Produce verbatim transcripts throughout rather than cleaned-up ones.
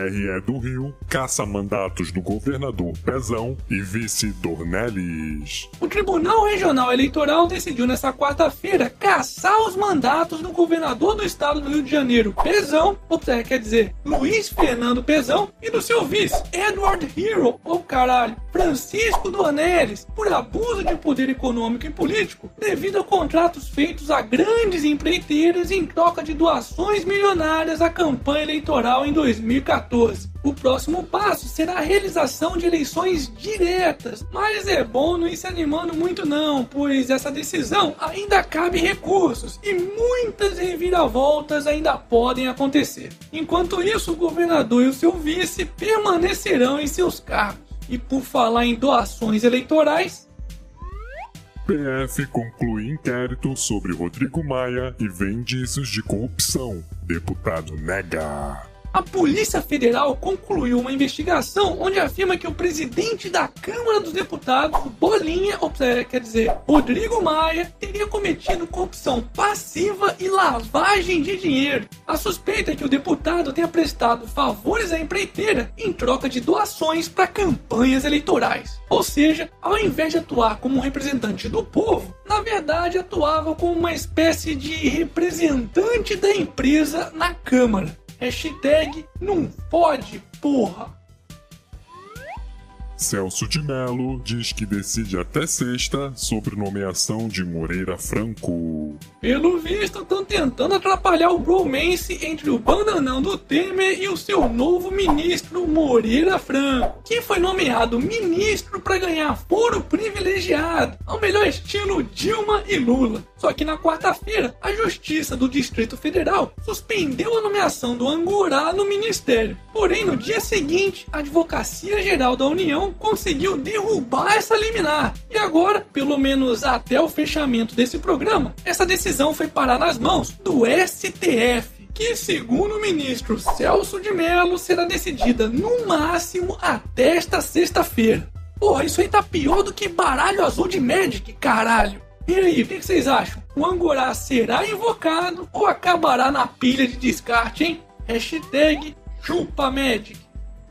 R E do Rio caça mandatos do governador Pezão e vice Dornelles. O Tribunal Regional Eleitoral decidiu nesta quarta-feira caçar os mandatos do governador do estado do Rio de Janeiro, Pezão, ou seja, quer dizer, Luiz Fernando Pezão, e do seu vice, Edward Hero, ou caralho, Francisco Dornelles, por abuso de poder econômico e político, devido a contratos feitos a grandes empreiteiras em troca de doações milionárias à campanha eleitoral em dois mil e quatorze. O próximo passo será a realização de eleições diretas, mas é bom não ir se animando muito não, pois essa decisão ainda cabe recursos e muitas reviravoltas ainda podem acontecer. Enquanto isso, o governador e o seu vice permanecerão em seus cargos. E por falar em doações eleitorais, P F conclui inquérito sobre Rodrigo Maia e vê indícios de corrupção. Deputado nega. A Polícia Federal concluiu uma investigação onde afirma que o presidente da Câmara dos Deputados, Bolinha, ou seja, quer dizer, Rodrigo Maia, teria cometido corrupção passiva e lavagem de dinheiro. A suspeita é que o deputado tenha prestado favores à empreiteira em troca de doações para campanhas eleitorais. Ou seja, ao invés de atuar como um representante do povo, na verdade atuava como uma espécie de representante da empresa na Câmara. Hashtag não pode, porra. Celso de Mello diz que decide até sexta sobre nomeação de Moreira Franco. Pelo visto, estão tentando atrapalhar o bromance entre o bananão do Temer e o seu novo ministro Moreira Franco, que foi nomeado ministro para ganhar foro privilegiado, ao melhor estilo Dilma e Lula. Só que na quarta-feira, a Justiça do Distrito Federal suspendeu a nomeação do Angorá no ministério. Porém, no dia seguinte, a Advocacia Geral da União conseguiu derrubar essa liminar. E agora, pelo menos até o fechamento desse programa, essa decisão foi parar nas mãos do S T F, que, segundo o ministro Celso de Mello, será decidida no máximo até esta sexta-feira. Porra, isso aí tá pior do que baralho azul de Magic, caralho. E aí, o que vocês acham? O Angorá será invocado ou acabará na pilha de descarte, hein? Hashtag chupa Magic.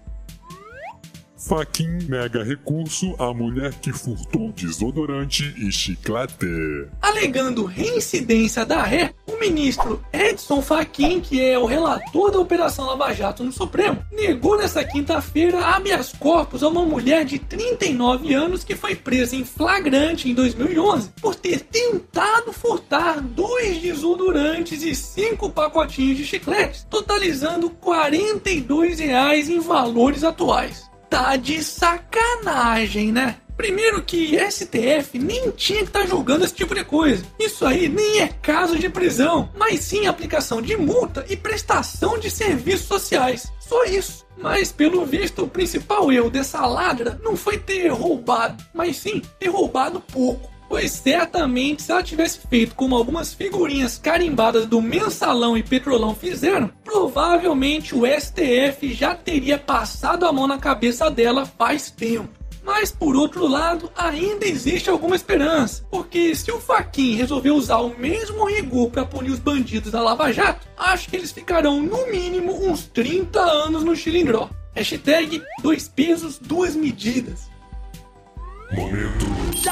Fachin nega recurso à mulher que furtou desodorante e chiclete. Alegando reincidência da ré, o ministro Edson Fachin, que é o relator da Operação Lava Jato no Supremo, negou nesta quinta-feira habeas corpus a uma mulher de trinta e nove anos que foi presa em flagrante em dois mil e onze por ter tentado furtar dois desodorantes e cinco pacotinhos de chicletes, totalizando quarenta e dois reais em valores atuais. Tá de sacanagem, né? Primeiro que S T F nem tinha que estar julgando esse tipo de coisa. Isso aí nem é caso de prisão, mas sim aplicação de multa e prestação de serviços sociais. Só isso. Mas pelo visto o principal erro dessa ladra não foi ter roubado, mas sim ter roubado pouco. Pois certamente se ela tivesse feito como algumas figurinhas carimbadas do Mensalão e Petrolão fizeram, provavelmente o S T F já teria passado a mão na cabeça dela faz tempo. Mas por outro lado, ainda existe alguma esperança, porque se o Fachin resolver usar o mesmo rigor para punir os bandidos da Lava Jato, acho que eles ficarão no mínimo uns trinta anos no xilindró. Hashtag dois pesos, duas medidas. Momento.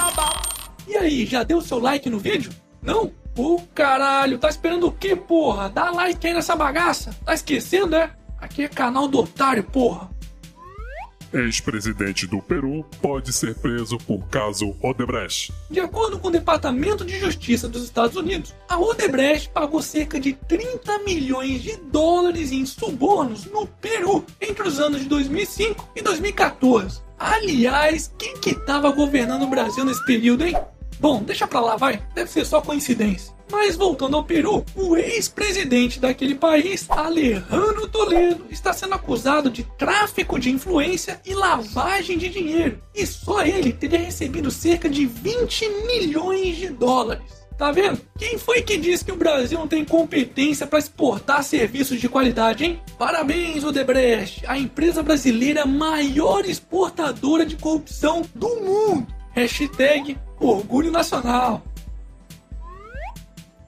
E aí, já deu seu like no vídeo? Não? Ô caralho, tá esperando o que, porra? Dá like aí nessa bagaça. Tá esquecendo, é? Aqui é canal do otário, porra. Ex-presidente do Peru pode ser preso por caso Odebrecht. De acordo com o Departamento de Justiça dos Estados Unidos, a Odebrecht pagou cerca de trinta milhões de dólares em subornos no Peru entre os anos de dois mil e cinco e dois mil e quatorze. Aliás, quem que tava governando o Brasil nesse período, hein? Bom, deixa pra lá, vai. Deve ser só coincidência. Mas voltando ao Peru, o ex-presidente daquele país, Alejandro Toledo, está sendo acusado de tráfico de influência e lavagem de dinheiro. E só ele teria recebido cerca de vinte milhões de dólares. Tá vendo? Quem foi que disse que o Brasil não tem competência para exportar serviços de qualidade, hein? Parabéns, Odebrecht, a empresa brasileira maior exportadora de corrupção do mundo. Hashtag Orgulho Nacional.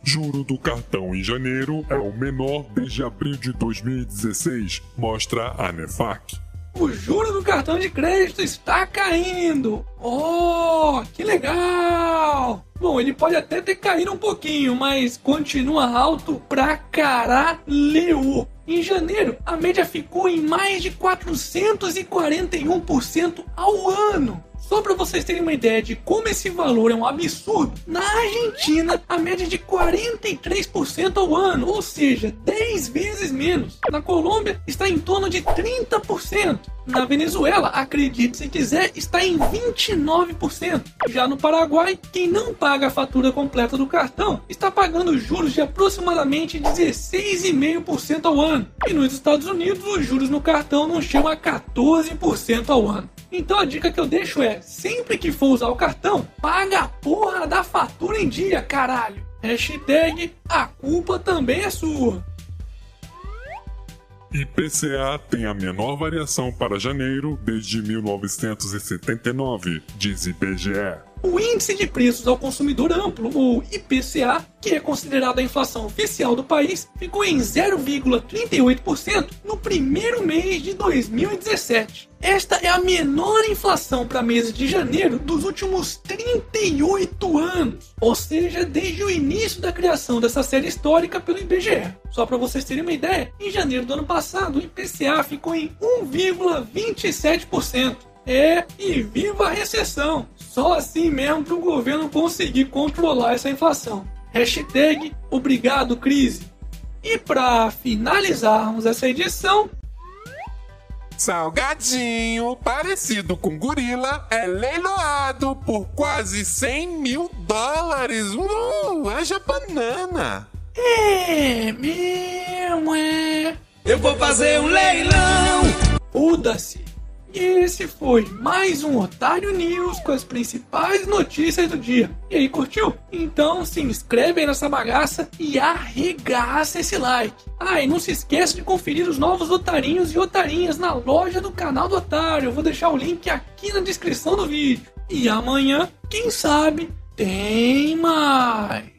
Juro do cartão em janeiro é o menor desde abril de dois mil e dezesseis, mostra a Nefac. O juro do cartão de crédito está caindo. Oh, que legal! Bom, ele pode até ter caído um pouquinho, mas continua alto pra caralho. Em janeiro, a média ficou em mais de quatrocentos e quarenta e um por cento ao ano. Só para vocês terem uma ideia de como esse valor é um absurdo, na Argentina a média é de quarenta e três por cento ao ano, ou seja, dez vezes menos. Na Colômbia está em torno de trinta por cento. Na Venezuela, acredite se quiser, está em vinte e nove por cento. Já no Paraguai, quem não paga a fatura completa do cartão está pagando juros de aproximadamente dezesseis vírgula cinco por cento ao ano. E nos Estados Unidos, os juros no cartão não chegam a quatorze por cento ao ano. Então a dica que eu deixo é, sempre que for usar o cartão, paga a porra da fatura em dia, caralho. Hashtag, a culpa também é sua. I P C A tem a menor variação para janeiro desde mil novecentos e setenta e nove, diz I B G E. O Índice de Preços ao Consumidor Amplo, ou I P C A, que é considerado a inflação oficial do país, ficou em zero vírgula trinta e oito por cento no primeiro mês de dois mil e dezessete. Esta é a menor inflação para mês de janeiro dos últimos trinta e oito anos, ou seja, desde o início da criação dessa série histórica pelo I B G E. Só para vocês terem uma ideia, em janeiro do ano passado, o I P C A ficou em um vírgula vinte e sete por cento. É, e viva a recessão! Só assim mesmo para o governo conseguir controlar essa inflação. Hashtag obrigado crise. E para finalizarmos essa edição... Salgadinho, parecido com gorila, é leiloado por quase cem mil dólares. Uh, haja banana! É mesmo, é... Eu vou fazer um leilão! Muda-se! E esse foi mais um Otário News com as principais notícias do dia. E aí, curtiu? Então se inscreve aí nessa bagaça e arregaça esse like. Ah, e não se esqueça de conferir os novos otarinhos e otarinhas na loja do canal do Otário. Eu vou deixar o link aqui na descrição do vídeo. E amanhã, quem sabe, tem mais.